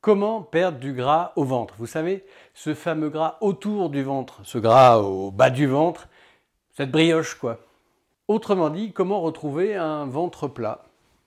Comment perdre du gras au ventre? Vous savez, ce fameux gras autour du ventre, ce gras au bas du ventre, cette brioche quoi. Autrement dit, comment retrouver un ventre plat?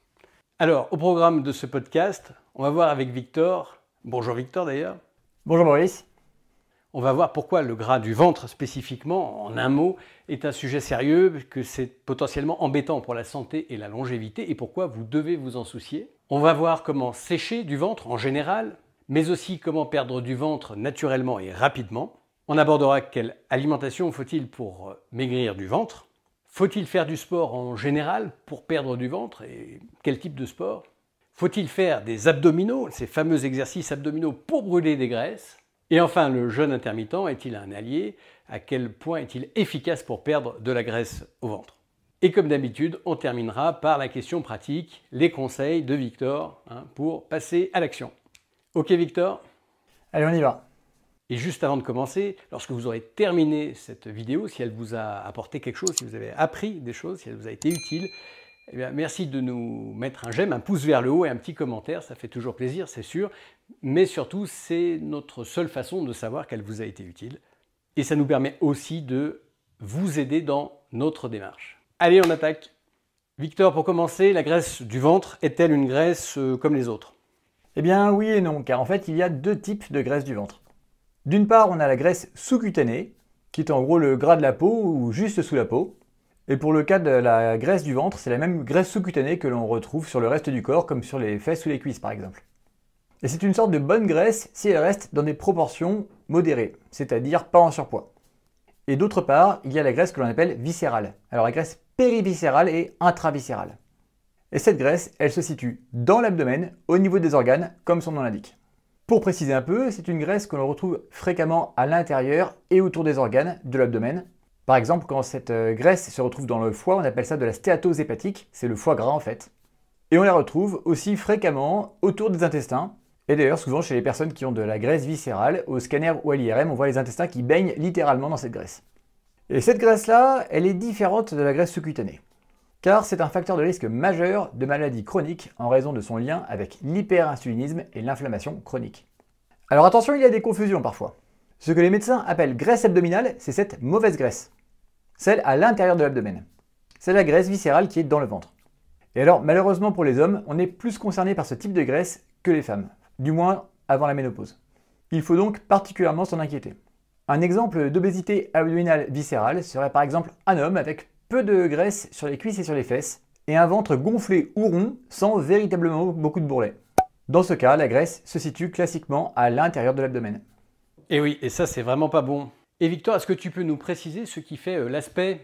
Alors, au programme de ce podcast, on va voir avec Victor, bonjour Victor d'ailleurs. Bonjour Maurice. On va voir pourquoi le gras du ventre spécifiquement, en un mot, est un sujet sérieux, que c'est potentiellement embêtant pour la santé et la longévité et pourquoi vous devez vous en soucier. On va voir comment sécher du ventre en général, mais aussi comment perdre du ventre naturellement et rapidement. On abordera quelle alimentation faut-il pour maigrir du ventre. Faut-il faire du sport en général pour perdre du ventre et quel type de sport? Faut-il faire des abdominaux, ces fameux exercices abdominaux pour brûler des graisses? Et enfin, le jeûne intermittent est-il un allié? À quel point est-il efficace pour perdre de la graisse au ventre? Et comme d'habitude, on terminera par la question pratique, les conseils de Victor pour passer à l'action. Ok Victor? Allez, on y va. Et juste avant de commencer, lorsque vous aurez terminé cette vidéo, si elle vous a apporté quelque chose, si vous avez appris des choses, si elle vous a été utile, eh bien, merci de nous mettre un j'aime, un pouce vers le haut et un petit commentaire, ça fait toujours plaisir, c'est sûr. Mais surtout, c'est notre seule façon de savoir qu'elle vous a été utile. Et ça nous permet aussi de vous aider dans notre démarche. Allez, on attaque. Victor, pour commencer, la graisse du ventre est-elle une graisse comme les autres? Eh bien oui et non, car en fait il y a deux types de graisse du ventre. D'une part, on a la graisse sous-cutanée, qui est en gros le gras de la peau ou juste sous la peau. Et pour le cas de la graisse du ventre, c'est la même graisse sous-cutanée que l'on retrouve sur le reste du corps, comme sur les fesses ou les cuisses par exemple. Et c'est une sorte de bonne graisse si elle reste dans des proportions modérées, c'est-à-dire pas en surpoids. Et d'autre part, il y a la graisse que l'on appelle viscérale. Alors la graisse périviscérale et intraviscérale. Et cette graisse, elle se situe dans l'abdomen, au niveau des organes, comme son nom l'indique. Pour préciser un peu, c'est une graisse que l'on retrouve fréquemment à l'intérieur et autour des organes de l'abdomen. Par exemple, quand cette graisse se retrouve dans le foie, on appelle ça de la stéatose hépatique, c'est le foie gras en fait. Et on la retrouve aussi fréquemment autour des intestins. Et d'ailleurs, souvent chez les personnes qui ont de la graisse viscérale, au scanner ou à l'IRM, on voit les intestins qui baignent littéralement dans cette graisse. Et cette graisse-là, elle est différente de la graisse sous-cutanée. Car c'est un facteur de risque majeur de maladie chronique en raison de son lien avec l'hyperinsulinisme et l'inflammation chronique. Alors attention, il y a des confusions parfois. Ce que les médecins appellent graisse abdominale, c'est cette mauvaise graisse. Celle à l'intérieur de l'abdomen. C'est la graisse viscérale qui est dans le ventre. Et alors, malheureusement pour les hommes, on est plus concerné par ce type de graisse que les femmes. Du moins avant la ménopause. Il faut donc particulièrement s'en inquiéter. Un exemple d'obésité abdominale viscérale serait par exemple un homme avec peu de graisse sur les cuisses et sur les fesses, et un ventre gonflé ou rond sans véritablement beaucoup de bourrelets. Dans ce cas, la graisse se situe classiquement à l'intérieur de l'abdomen. Et oui, et ça c'est vraiment pas bon. Et Victor, est-ce que tu peux nous préciser ce qui fait l'aspect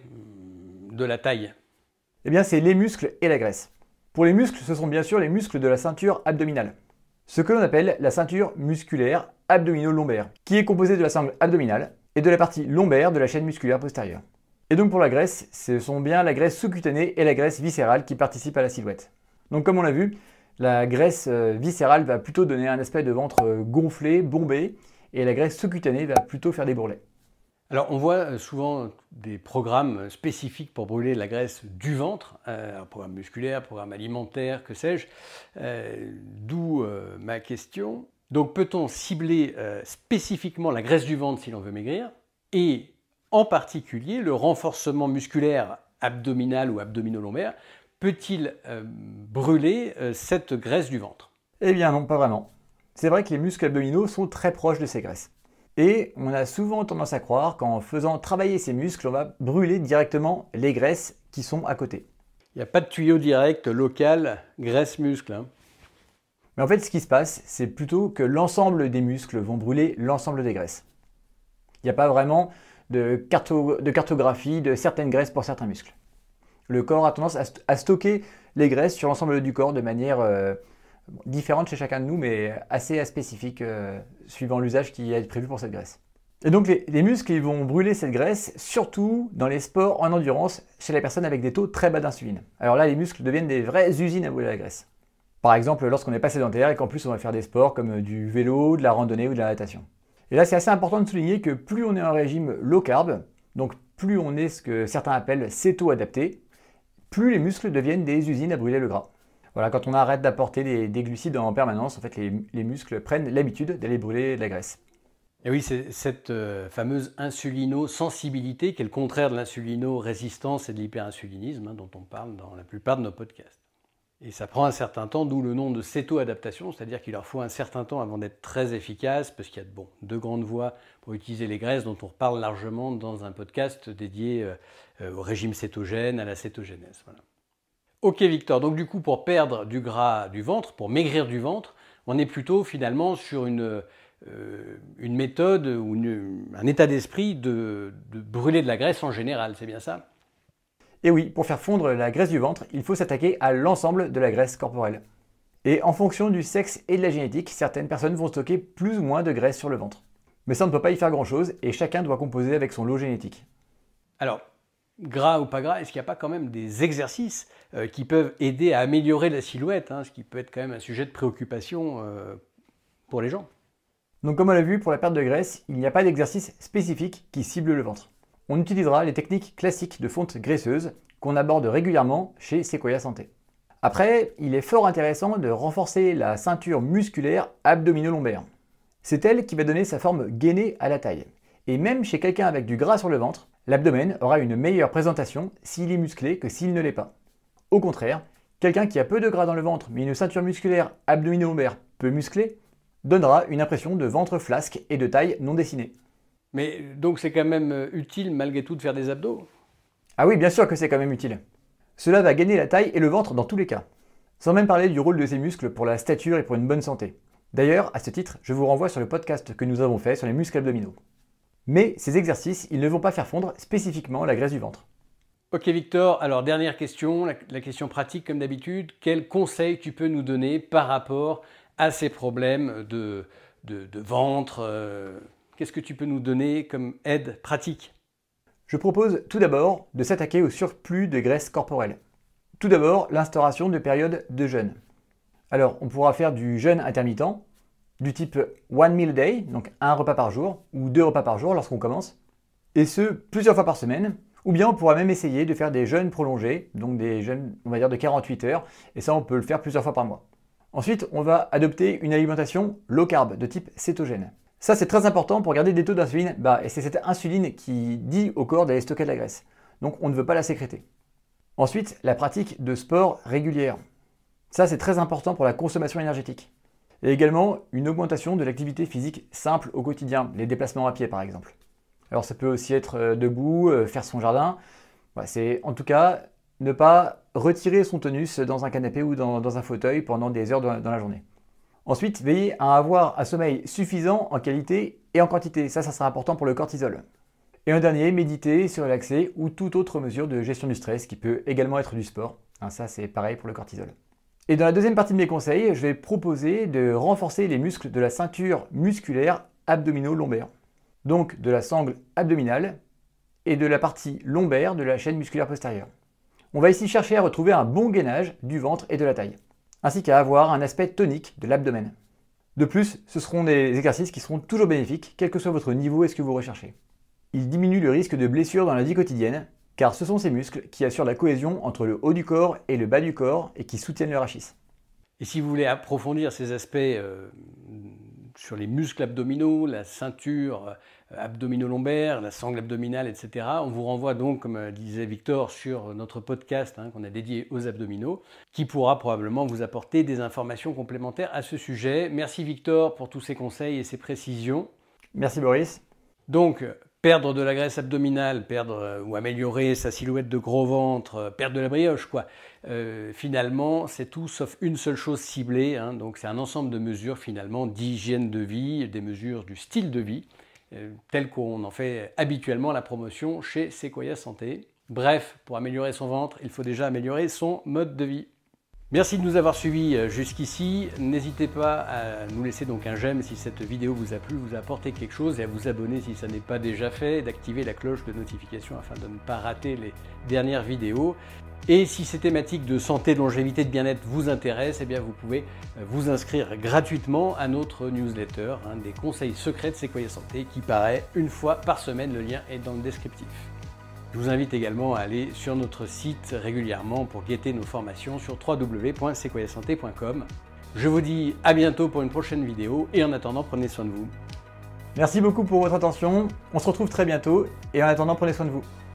de la taille? Eh bien, c'est les muscles et la graisse. Pour les muscles, ce sont bien sûr les muscles de la ceinture abdominale. Ce que l'on appelle la ceinture musculaire abdomino-lombaire, qui est composée de la sangle abdominale et de la partie lombaire de la chaîne musculaire postérieure. Et donc pour la graisse, ce sont bien la graisse sous-cutanée et la graisse viscérale qui participent à la silhouette. Donc comme on l'a vu, la graisse viscérale va plutôt donner un aspect de ventre gonflé, bombé, et la graisse sous-cutanée va plutôt faire des bourrelets. Alors on voit souvent des programmes spécifiques pour brûler la graisse du ventre, programme musculaire, programme alimentaire, que sais-je, d'où ma question. Donc peut-on cibler spécifiquement la graisse du ventre si l'on veut maigrir? Et en particulier, le renforcement musculaire abdominal ou abdomino-lombaire peut-il brûler cette graisse du ventre? Eh bien non, pas vraiment. C'est vrai que les muscles abdominaux sont très proches de ces graisses. Et on a souvent tendance à croire qu'en faisant travailler ces muscles, on va brûler directement les graisses qui sont à côté. Il n'y a pas de tuyau direct local graisse-muscle. Mais en fait, ce qui se passe, c'est plutôt que l'ensemble des muscles vont brûler l'ensemble des graisses. Il n'y a pas vraiment de cartographie de certaines graisses pour certains muscles. Le corps a tendance à stocker les graisses sur l'ensemble du corps de manière différente chez chacun de nous, mais assez spécifique suivant l'usage qui est prévu pour cette graisse. Et donc les muscles ils vont brûler cette graisse surtout dans les sports en endurance chez les personnes avec des taux très bas d'insuline. Alors là, les muscles deviennent des vraies usines à brûler la graisse. Par exemple, lorsqu'on n'est pas sédentaire et qu'en plus on va faire des sports comme du vélo, de la randonnée ou de la natation. Et là, c'est assez important de souligner que plus on est en régime low carb, donc plus on est ce que certains appellent céto-adapté, plus les muscles deviennent des usines à brûler le gras. Voilà, quand on arrête d'apporter des glucides en permanence, en fait, les muscles prennent l'habitude d'aller brûler de la graisse. Et oui, c'est cette fameuse insulino-sensibilité qui est le contraire de l'insulino-résistance et de l'hyperinsulinisme, hein, dont on parle dans la plupart de nos podcasts. Et ça prend un certain temps, d'où le nom de céto-adaptation, c'est-à-dire qu'il leur faut un certain temps avant d'être très efficace, parce qu'il y a deux grandes voies pour utiliser les graisses dont on reparle largement dans un podcast dédié au régime cétogène, à la cétogénèse. Voilà. Ok Victor, donc du coup pour perdre du gras du ventre, pour maigrir du ventre, on est plutôt finalement sur une méthode ou un état d'esprit de brûler de la graisse en général, c'est bien ça? Et oui, pour faire fondre la graisse du ventre, il faut s'attaquer à l'ensemble de la graisse corporelle. Et en fonction du sexe et de la génétique, certaines personnes vont stocker plus ou moins de graisse sur le ventre. Mais ça, on ne peut pas y faire grand-chose et chacun doit composer avec son lot génétique. Alors, gras ou pas gras, est-ce qu'il n'y a pas quand même des exercices qui peuvent aider à améliorer la silhouette, hein, ce qui peut être quand même un sujet de préoccupation pour les gens? Donc comme on l'a vu, pour la perte de graisse, il n'y a pas d'exercice spécifique qui cible le ventre. On utilisera les techniques classiques de fonte graisseuse qu'on aborde régulièrement chez Sequoia Santé. Après, il est fort intéressant de renforcer la ceinture musculaire abdomino-lombaire. C'est elle qui va donner sa forme gainée à la taille. Et même chez quelqu'un avec du gras sur le ventre, l'abdomen aura une meilleure présentation s'il est musclé que s'il ne l'est pas. Au contraire, quelqu'un qui a peu de gras dans le ventre mais une ceinture musculaire abdomino-lombaire peu musclée donnera une impression de ventre flasque et de taille non dessinée. Mais donc c'est quand même utile malgré tout de faire des abdos? Ah oui, bien sûr que c'est quand même utile. Cela va gainer la taille et le ventre dans tous les cas. Sans même parler du rôle de ces muscles pour la stature et pour une bonne santé. D'ailleurs, à ce titre, je vous renvoie sur le podcast que nous avons fait sur les muscles abdominaux. Mais ces exercices, ils ne vont pas faire fondre spécifiquement la graisse du ventre. Ok Victor, alors dernière question, la question pratique comme d'habitude. Quels conseils tu peux nous donner par rapport à ces problèmes de ventre Qu'est-ce que tu peux nous donner comme aide pratique? Je propose tout d'abord de s'attaquer au surplus de graisse corporelle. Tout d'abord, l'instauration de périodes de jeûne. Alors, on pourra faire du jeûne intermittent, du type one meal a day, donc un repas par jour, ou 2 repas par jour lorsqu'on commence, et ce, plusieurs fois par semaine, ou bien on pourra même essayer de faire des jeûnes prolongés, donc des jeûnes, on va dire, de 48 heures, et ça, on peut le faire plusieurs fois par mois. Ensuite, on va adopter une alimentation low carb, de type cétogène. Ça, c'est très important pour garder des taux d'insuline bas, et c'est cette insuline qui dit au corps d'aller stocker de la graisse. Donc, on ne veut pas la sécréter. Ensuite, la pratique de sport régulière. Ça, c'est très important pour la consommation énergétique. Et également, une augmentation de l'activité physique simple au quotidien, les déplacements à pied par exemple. Alors, ça peut aussi être debout, faire son jardin. Voilà, c'est en tout cas ne pas retirer son tonus dans un canapé ou dans un fauteuil pendant des heures dans la journée. Ensuite, veillez à avoir un sommeil suffisant en qualité et en quantité. Ça sera important pour le cortisol. Et en dernier, méditer, se relaxer ou toute autre mesure de gestion du stress qui peut également être du sport. Ça, c'est pareil pour le cortisol. Et dans la deuxième partie de mes conseils, je vais proposer de renforcer les muscles de la ceinture musculaire abdomino-lombaire. Donc de la sangle abdominale et de la partie lombaire de la chaîne musculaire postérieure. On va ici chercher à retrouver un bon gainage du ventre et de la taille, ainsi qu'à avoir un aspect tonique de l'abdomen. De plus, ce seront des exercices qui seront toujours bénéfiques, quel que soit votre niveau et ce que vous recherchez. Ils diminuent le risque de blessures dans la vie quotidienne, car ce sont ces muscles qui assurent la cohésion entre le haut du corps et le bas du corps et qui soutiennent le rachis. Et si vous voulez approfondir ces aspects sur les muscles abdominaux, la ceinture abdomino-lombaire, la sangle abdominale, etc., on vous renvoie donc, comme disait Victor, sur notre podcast qu'on a dédié aux abdominaux, qui pourra probablement vous apporter des informations complémentaires à ce sujet. Merci Victor pour tous ces conseils et ces précisions. Merci Boris. Donc, perdre de la graisse abdominale, perdre ou améliorer sa silhouette de gros ventre, perdre de la brioche, quoi. Finalement, c'est tout sauf une seule chose ciblée. Donc, c'est un ensemble de mesures finalement d'hygiène de vie, des mesures du style de vie, tel qu'on en fait habituellement la promotion chez Sequoia Santé. Bref, pour améliorer son ventre, il faut déjà améliorer son mode de vie. Merci de nous avoir suivis jusqu'ici. N'hésitez pas à nous laisser donc un j'aime si cette vidéo vous a plu, vous a apporté quelque chose, et à vous abonner si ça n'est pas déjà fait, d'activer la cloche de notification afin de ne pas rater les dernières vidéos. Et si ces thématiques de santé, de longévité, de bien-être vous intéressent, eh bien vous pouvez vous inscrire gratuitement à notre newsletter, des conseils secrets de Sequoia Santé, qui paraît une fois par semaine. Le lien est dans le descriptif. Je vous invite également à aller sur notre site régulièrement pour guetter nos formations sur www.sequoiasanté.com. Je vous dis à bientôt pour une prochaine vidéo et en attendant, prenez soin de vous. Merci beaucoup pour votre attention, on se retrouve très bientôt et en attendant, prenez soin de vous.